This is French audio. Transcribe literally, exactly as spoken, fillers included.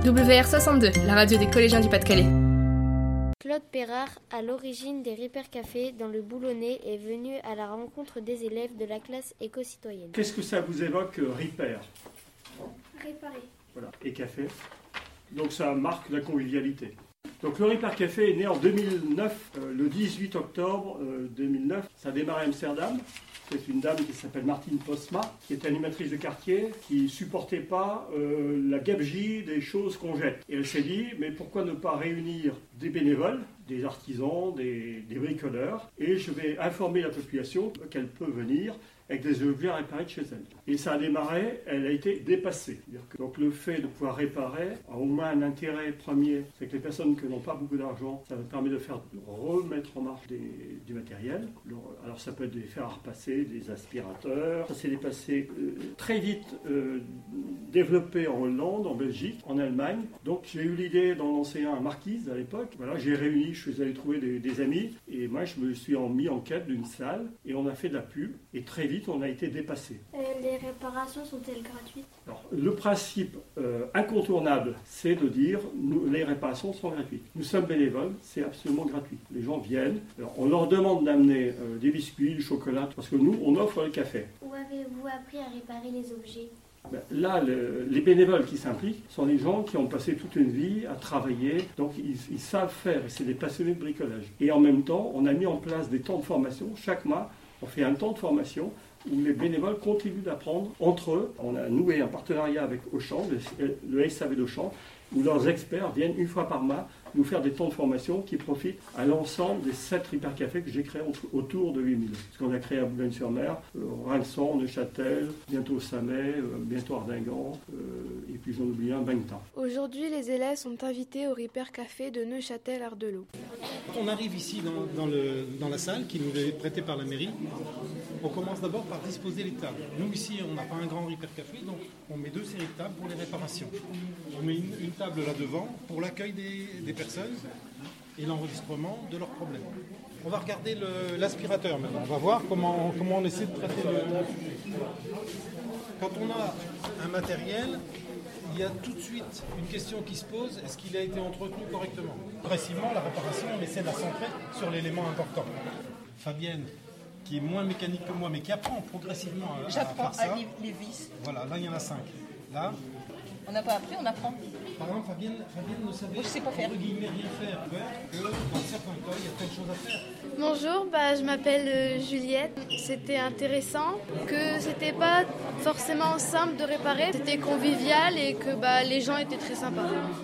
W R soixante-deux, la radio des collégiens du Pas-de-Calais. Claude Perrard, à l'origine des Repair Café dans le Boulonnais, est venu à la rencontre des élèves de la classe éco-citoyenne. Qu'est-ce que ça vous évoque, euh, Repair ? Réparer. Voilà, et café. Donc ça marque la convivialité. Donc le Repair Café est né en deux mille neuf, euh, le dix-huit octobre euh, deux mille neuf. Ça a démarré à Amsterdam. C'est une dame qui s'appelle Martine Postma, qui est animatrice de quartier, qui ne supportait pas euh, la gabegie des choses qu'on jette. Et elle s'est dit, mais pourquoi ne pas réunir des bénévoles, des artisans, des, des bricoleurs, et je vais informer la population qu'elle peut venir avec des objets à réparer de chez elle. Et ça a démarré, elle a été dépassée. Que, donc le fait de pouvoir réparer a au moins un intérêt premier, c'est que les personnes qui n'ont pas beaucoup d'argent, ça permet de faire de remettre en marche des, du matériel. Alors ça peut être des fers à repasser, des aspirateurs. Ça s'est dépassé euh, très vite, euh, développé en Hollande, en Belgique, en Allemagne. Donc j'ai eu l'idée d'en lancer un à Marquise à l'époque. Voilà, j'ai réuni, je suis allé trouver des, des amis, et moi je me suis en, mis en quête d'une salle, et on a fait de la pub, et très vite on a été dépassé. Euh, les réparations sont-elles gratuites ? Alors, le principe euh, incontournable, c'est de dire nous, les réparations sont gratuites. Nous sommes bénévoles, c'est absolument gratuit. Les gens viennent, alors, on leur demande d'amener euh, des biscuits, du chocolat, parce que nous, on offre le café. Où avez-vous appris à réparer les objets ? Ben, là, le, les bénévoles qui s'impliquent sont des gens qui ont passé toute une vie à travailler, donc ils, ils savent faire, et c'est des passionnés de bricolage. Et en même temps, on a mis en place des temps de formation. Chaque mois, on fait un temps de formation où les bénévoles continuent d'apprendre entre eux. On a noué un partenariat avec Auchan, le, le S A V d'Auchan, où leurs experts viennent une fois par mois nous faire des temps de formation qui profitent à l'ensemble des sept Repair Cafés que j'ai créés autour de huit mille. Parce qu'on a créé à Boulogne-sur-Mer, euh, Rinxan, Neuchâtel, bientôt Samet, euh, bientôt Ardingan, euh, et puis j'en oublie un, Bangtan. Aujourd'hui, les élèves sont invités au Repair Café de Neuchâtel-Ardelot. On arrive ici dans, dans, le, dans la salle qui nous est prêtée par la mairie. On commence d'abord par disposer les tables. Nous ici, on n'a pas un grand Repair Café, donc on met deux séries de tables pour les réparations. On met une, une table là devant pour l'accueil des, des personnes et l'enregistrement de leurs problèmes. On va regarder le, l'aspirateur maintenant. On va voir comment, comment on essaie de traiter le... Quand on a un matériel, il y a tout de suite une question qui se pose, est-ce qu'il a été entretenu correctement ? Progressivement, la réparation, on essaie de la centrer sur l'élément important. Fabienne, qui est moins mécanique que moi, mais qui apprend progressivement à, J'apprends à faire ça. à les vis. Voilà, là il y en a cinq. Là, on n'a pas appris, on apprend. par exemple, Fabienne, Fabienne ne savait Moi, je sais pas faire. entre guillemets rien faire. Que dans certains cas, il y a plein de choses à faire. Bonjour, bah, je m'appelle euh, Juliette. C'était intéressant, que c'était pas forcément simple de réparer, c'était convivial et que bah, les gens étaient très sympas.